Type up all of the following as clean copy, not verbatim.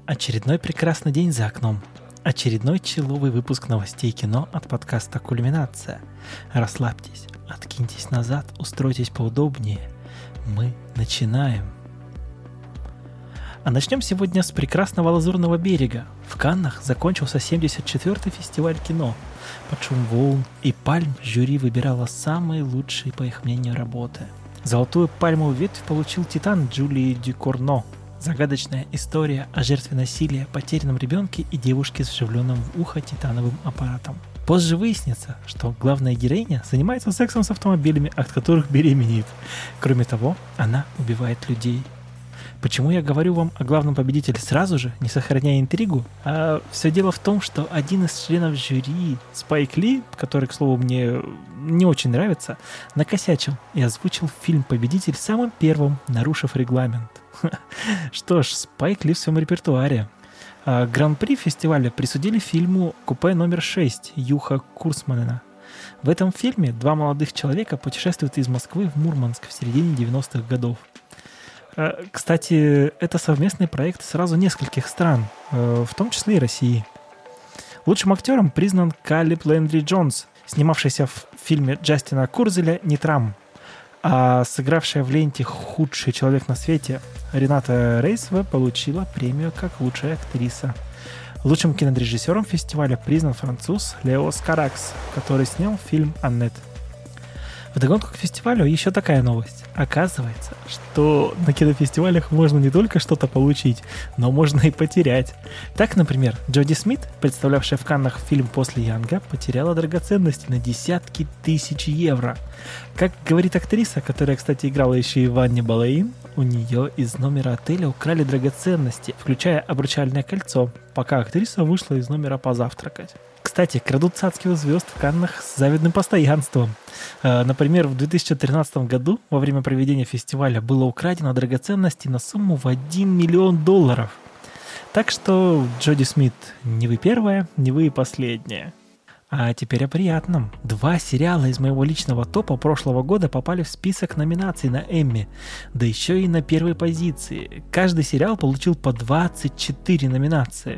Очередной прекрасный день за окном. Очередной человый выпуск новостей кино от подкаста «Кульминация». Расслабьтесь, откиньтесь назад, устройтесь поудобнее. Мы начинаем. А начнем сегодня с прекрасного Лазурного берега. В Каннах закончился 74-й фестиваль кино. Под шум волн и пальм жюри выбирало самые лучшие, по их мнению, работы. Золотую пальмовую ветвь получил «Титан» Джулии Дюкурно. Загадочная история о жертве насилия, потерянном ребенке и девушке с вживленным в ухо титановым аппаратом. Позже выяснится, что главная героиня занимается сексом с автомобилями, от которых беременеет. Кроме того, она убивает людей. Почему я говорю вам о главном победителе сразу же, не сохраняя интригу? А все дело в том, что один из членов жюри, Спайк Ли, который, к слову, мне не очень нравится, накосячил и озвучил фильм «Победитель» самым первым, нарушив регламент. Что ж, Спайк Ли в своем репертуаре. Гран-при фестиваля присудили фильму «Купе номер 6» Юха Курсманена. В этом фильме два молодых человека путешествуют из Москвы в Мурманск в середине 90-х годов. Кстати, это совместный проект сразу нескольких стран, в том числе и России. Лучшим актером признан Калеб Лэндри Джонс, снимавшийся в фильме Джастина Курзеля «Нитрам», а сыгравшая в ленте «Худший человек на свете» Рената Рейсова получила премию как лучшая актриса. Лучшим кинорежиссером фестиваля признан француз Лео Скаракс, который снял фильм «Аннет». Вдогонку к фестивалю еще такая новость. Оказывается, что на кинофестивалях можно не только что-то получить, но можно и потерять. Так, например, Джоди Смит, представлявшая в Каннах фильм «После Янга», потеряла драгоценности на десятки тысяч евро. Как говорит актриса, которая, кстати, играла еще и в Анне Болейн, у нее из номера отеля украли драгоценности, включая обручальное кольцо, пока актриса вышла из номера позавтракать. Кстати, крадут цацки у звезд в Каннах с завидным постоянством. Например, в 2013 году во время проведения фестиваля было украдено драгоценности на сумму в $1 миллион. Так что, Джоди Смит, не вы первая, не вы и последняя. А теперь о приятном. 2 сериала из моего личного топа прошлого года попали в список номинаций на Эмми, да еще и на первой позиции. Каждый сериал получил по 24 номинации.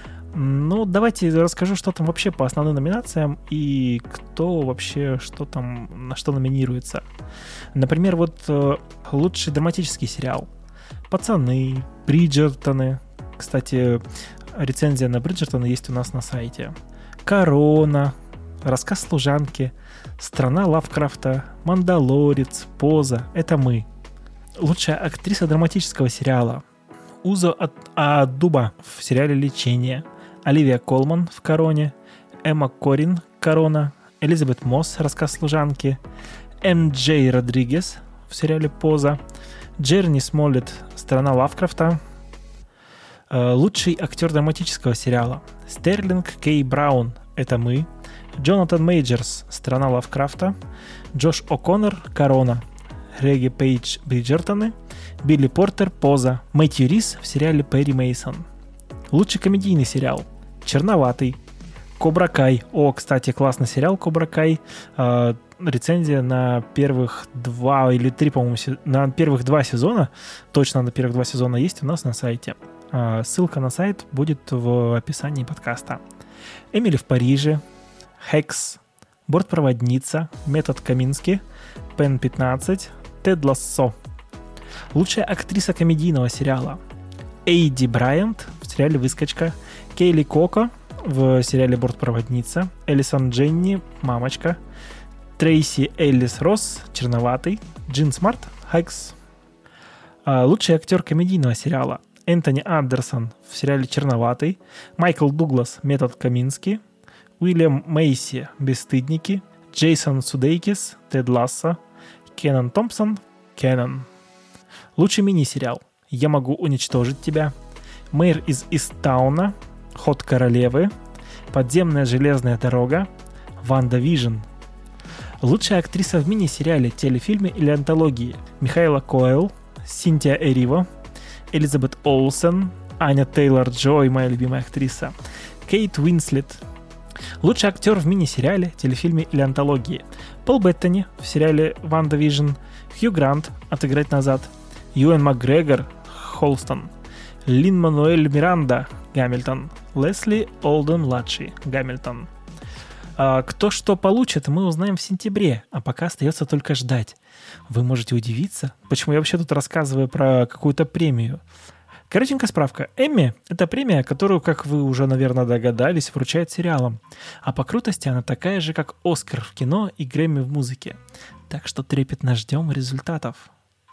Ну, давайте расскажу, что там вообще по основным номинациям и кто вообще, что там, на что номинируется. Например, вот лучший драматический сериал. «Пацаны», «Бриджертоны». Кстати, рецензия на «Бриджертоны» есть у нас на сайте. «Корона», «Рассказ служанки», «Страна Лавкрафта», «Мандалорец», «Поза», «Это мы». Лучшая актриса драматического сериала. Узо Адуба в сериале «Лечение», Оливия Колман в «Короне», Эмма Коррин «Корона», Элизабет Мосс «Рассказ служанки», Джей Родригес в сериале «Поза», Джерни Смоллет «Страна Лавкрафта». Лучший актер драматического сериала. Стерлинг Кей Браун «Это мы», Джонатан Мейджерс «Страна Лавкрафта», Джош О'Коннор «Корона», Регги Пейдж «Бриджертоны», Билли Портер «Поза», Мэтью Рис в сериале «Перри Мейсон». Лучший комедийный сериал. «Черноватый», «Кобра Кай». О, кстати, классный сериал «Кобра Кай». Рецензия на первых 2 или 3, по-моему, на первых 2 сезона, точно на первых 2 сезона есть у нас на сайте. Ссылка на сайт будет в описании подкаста. «Эмили в Париже», «Хекс», «Бортпроводница», «Метод Камински», «Пен 15», «Тед Лассо». Лучшая актриса комедийного сериала. Эйди Брайант в сериале «Выскочка», Кейли Коко в сериале «Бортпроводница», Элисон Дженни «Мамочка», Трейси Эллис Росс «Черноватый», Джин Смарт «Хекс». Лучший актер комедийного сериала. Энтони Андерсон в сериале «Черноватый», Майкл Дуглас «Метод Камински», Уильям Мейси «Бесстыдники», Джейсон Судейкис «Тед Лассо», Кеннон Томпсон «Кеннон». Лучший мини-сериал. «Я могу уничтожить тебя», «Мэр из Истауна», «Ход королевы», «Подземная железная дорога», «Ванда Вижн». Лучшая актриса в мини-сериале, телефильме или антологии. Михаила Коэл, Синтия Эриво, Элизабет Олсен, Аня Тейлор-Джой, моя любимая актриса, Кейт Уинслет. Лучший актер в мини-сериале, телефильме или антологии. Пол Беттани в сериале «Ванда Вижн», Хью Грант «Отыграть назад», Юэн Макгрегор «Холстон», Лин-Мануэль Миранда, Гамильтон. Лесли Олден-младший, Гамильтон. Кто что получит, мы узнаем в сентябре, а пока остается только ждать. Вы можете удивиться, почему я вообще тут рассказываю про какую-то премию. Коротенькая справка. Эмми — это премия, которую, как вы уже, наверное, догадались, вручают сериалам. А по крутости она такая же, как Оскар в кино и Грэмми в музыке. Так что трепетно ждем результатов.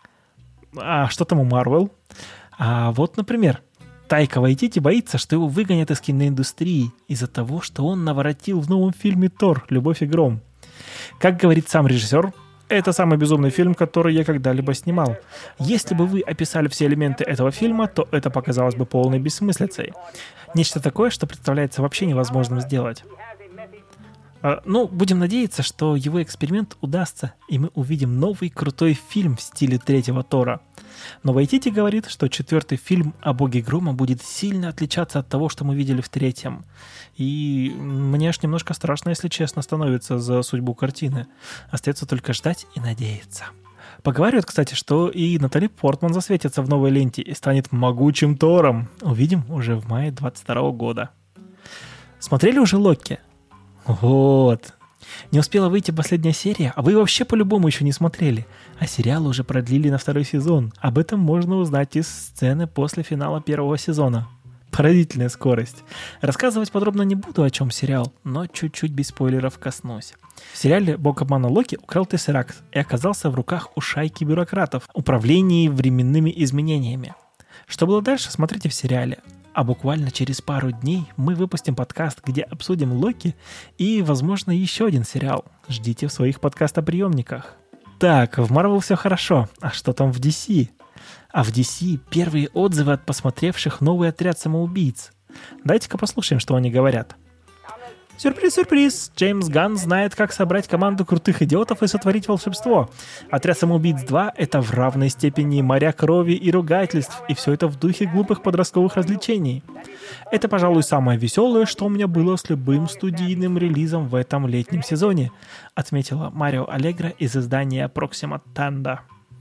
А что там у Марвел? Вот, например, Тайка Вайтити боится, что его выгонят из киноиндустрии из-за того, что он наворотил в новом фильме «Тор. Любовь и гром». Как говорит сам режиссер, это самый безумный фильм, который я когда-либо снимал. Если бы вы описали все элементы этого фильма, то это показалось бы полной бессмыслицей. Нечто такое, что представляется вообще невозможным сделать. Будем надеяться, что его эксперимент удастся, и мы увидим новый крутой фильм в стиле третьего Тора. Но Вайтити говорит, что 4-й фильм о боге грома будет сильно отличаться от того, что мы видели в 3-м. И мне аж немножко страшно, если честно, становится за судьбу картины. Остается только ждать и надеяться. Поговаривают, кстати, что и Натали Портман засветится в новой ленте и станет могучим Тором. Увидим уже в мае 2022 года. Смотрели уже Локи? Вот. Не успела выйти последняя серия, а вы вообще по-любому еще не смотрели. А сериал уже продлили на 2-й сезон. Об этом можно узнать из сцены после финала 1-го сезона. Поразительная скорость. Рассказывать подробно не буду, о чем сериал, но чуть-чуть без спойлеров коснусь. В сериале бог обмана Локи украл Тессеракт и оказался в руках у шайки бюрократов, управлении временными изменениями. Что было дальше, смотрите в сериале. А буквально через пару дней мы выпустим подкаст, где обсудим Локи и, возможно, еще один сериал. Ждите в своих подкастоприемниках. Так, в Marvel все хорошо. А что там в DC? А в DC первые отзывы от посмотревших новый отряд самоубийц. Дайте-ка послушаем, что они говорят. Сюрприз-сюрприз! Джеймс Ганн знает, как собрать команду крутых идиотов и сотворить волшебство. Отряд самоубийц 2 — это в равной степени моря крови и ругательств, и все это в духе глупых подростковых развлечений. Это, пожалуй, самое веселое, что у меня было с любым студийным релизом в этом летнем сезоне, отметила Марио Аллегро из издания Proxima Tanda.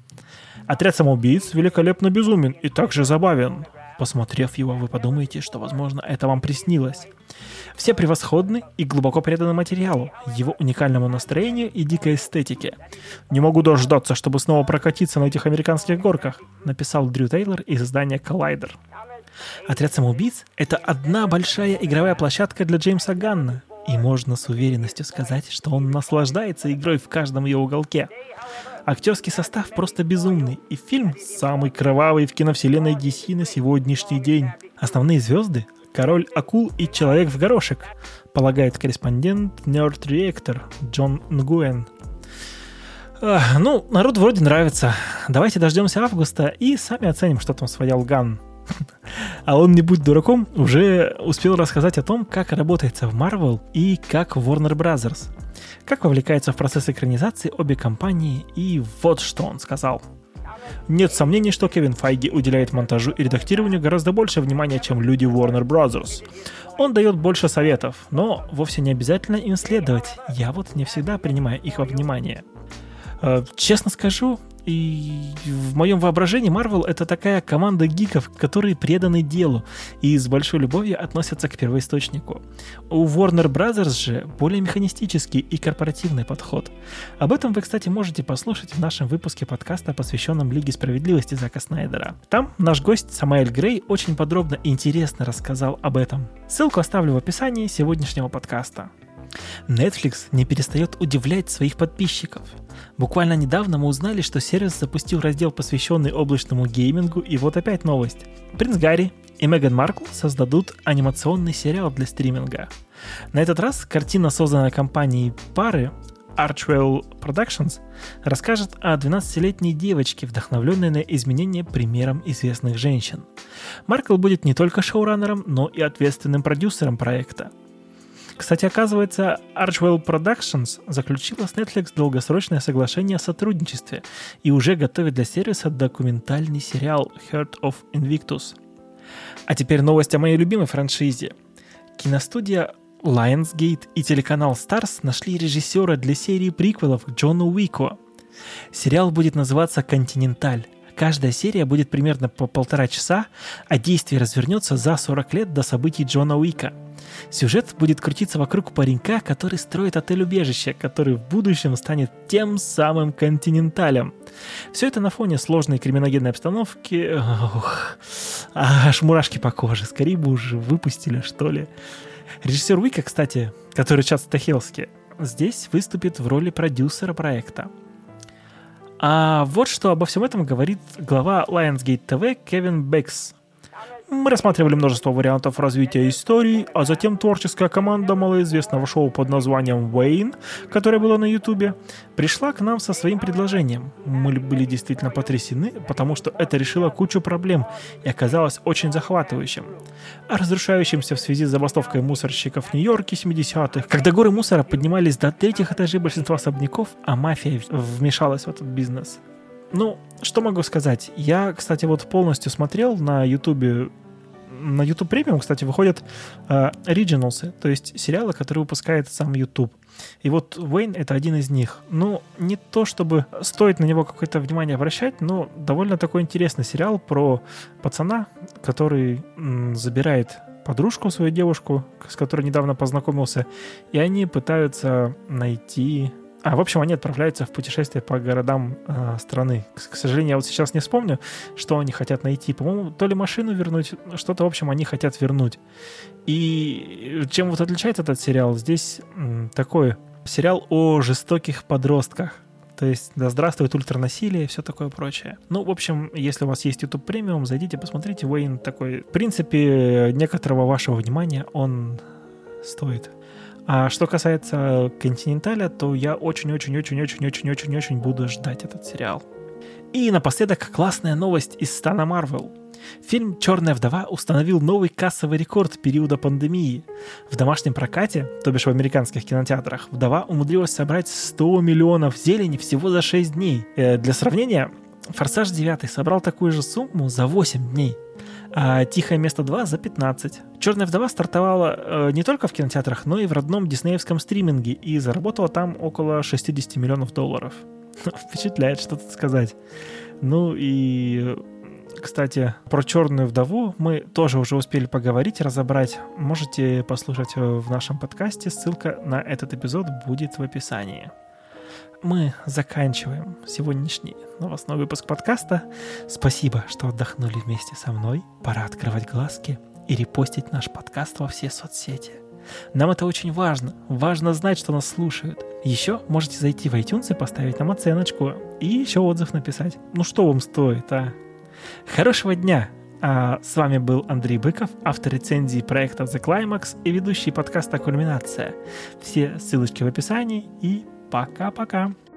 Отряд самоубийц великолепно безумен и также забавен. Посмотрев его, вы подумаете, что, возможно, это вам приснилось. Все превосходны и глубоко преданы материалу, его уникальному настроению и дикой эстетике. «Не могу дождаться, чтобы снова прокатиться на этих американских горках», написал Дрю Тейлор из издания Collider. Отряд самоубийц — это одна большая игровая площадка для Джеймса Ганна, и можно с уверенностью сказать, что он наслаждается игрой в каждом ее уголке. Актерский состав просто безумный, и фильм самый кровавый в киновселенной DC на сегодняшний день. Основные звезды — Король Акул и Человек в горошек, полагает корреспондент Nerd Reactor Джон Нгуэн. Народу вроде нравится. Давайте дождемся августа и сами оценим, что там своял Ганн. А он, не будь дураком, уже успел рассказать о том, как работается в Marvel и как в Warner Bros., как вовлекаются в процесс экранизации обе компании, и вот что он сказал. Нет сомнений, что Кевин Файги уделяет монтажу и редактированию гораздо больше внимания, чем люди Warner Bros. Он дает больше советов, но вовсе не обязательно им следовать. Я вот не всегда принимаю их во внимание. Честно скажу, и в моем воображении Marvel — это такая команда гиков, которые преданы делу и с большой любовью относятся к первоисточнику. У Warner Bros. Же более механистический и корпоративный подход. Об этом вы, кстати, можете послушать в нашем выпуске подкаста, посвященном Лиге справедливости Зака Снайдера. Там наш гость Самаэль Грей очень подробно и интересно рассказал об этом. Ссылку оставлю в описании сегодняшнего подкаста. Netflix не перестает удивлять своих подписчиков. Буквально недавно мы узнали, что сервис запустил раздел, посвященный облачному геймингу, и вот опять новость. Принц Гарри и Меган Маркл создадут анимационный сериал для стриминга. На этот раз картина, созданная компанией пары Archwell Productions, расскажет о 12-летней девочке, вдохновленной на изменение примером известных женщин. Маркл будет не только шоураннером, но и ответственным продюсером проекта. Кстати, оказывается, Archwell Productions заключила с Netflix долгосрочное соглашение о сотрудничестве и уже готовит для сервиса документальный сериал Heart of Invictus. А теперь новость о моей любимой франшизе. Киностудия Lionsgate и телеканал Starz нашли режиссера для серии приквелов к Джону Уику. Сериал будет называться «Континенталь». Каждая серия будет примерно по 1,5 часа, а действие развернется за 40 лет до событий Джона Уика. Сюжет будет крутиться вокруг паренька, который строит отель-убежище, который в будущем станет тем самым Континенталем. Все это на фоне сложной криминогенной обстановки. Аж мурашки по коже. Скорее бы уже выпустили, что ли. Режиссер Уика, кстати, который Чад Стахелски, здесь выступит в роли продюсера проекта. А вот что обо всем этом говорит глава Lionsgate TV Кевин Бэкс. Мы рассматривали множество вариантов развития истории, а затем творческая команда малоизвестного шоу под названием «Уэйн», которое было на Ютубе, пришла к нам со своим предложением. Мы были действительно потрясены, потому что это решило кучу проблем и оказалось очень захватывающим. О разрушающемся в связи с забастовкой мусорщиков в Нью-Йорке 70-х, когда горы мусора поднимались до 3-х этажей большинства особняков, а мафия вмешалась в этот бизнес. Ну, что могу сказать? Я, кстати, вот полностью смотрел на Ютубе. На YouTube Premium, кстати, выходят оригиналсы, то есть сериалы, которые выпускает сам YouTube. И вот Уэйн — это один из них. Ну, не то чтобы стоит на него какое-то внимание обращать, но довольно такой интересный сериал про пацана, который забирает подружку, свою девушку, с которой недавно познакомился, и они пытаются найти... в общем, они отправляются в путешествие по городам страны. К сожалению, я вот сейчас не вспомню, что они хотят найти. По-моему, то ли машину вернуть, что-то, в общем, они хотят вернуть. И чем вот отличается этот сериал? Здесь такой сериал о жестоких подростках. То есть, да здравствует ультранасилие и все такое прочее. Ну, в общем, если у вас есть YouTube Premium, зайдите, посмотрите. Уэйн такой, в принципе, некоторого вашего внимания он стоит. А что касается Континенталя, то я очень-очень-очень-очень-очень-очень-очень буду ждать этот сериал. И напоследок классная новость из стана Marvel. Фильм «Черная вдова» установил новый кассовый рекорд периода пандемии. В домашнем прокате, то бишь в американских кинотеатрах, «Вдова» умудрилась собрать 100 миллионов зелени всего за 6 дней. Для сравнения, «Форсаж 9» собрал такую же сумму за 8 дней. А «Тихое место 2» за 15. «Черная вдова» стартовала не только в кинотеатрах, но и в родном диснеевском стриминге и заработала там около $60 миллионов. Впечатляет, что тут сказать. Ну и, кстати, про «Черную вдову» мы тоже уже успели поговорить, разобрать. Можете послушать в нашем подкасте. Ссылка на этот эпизод будет в описании. Мы заканчиваем сегодняшний новостной выпуск подкаста. Спасибо, что отдохнули вместе со мной. Пора открывать глазки и репостить наш подкаст во все соцсети. Нам это очень важно. Важно знать, что нас слушают. Еще можете зайти в iTunes и поставить нам оценочку. И еще отзыв написать. Ну что вам стоит, а? Хорошего дня! А с вами был Андрей Быков, автор рецензии проекта The Climax и ведущий подкаста «Кульминация». Все ссылочки в описании и пока-пока.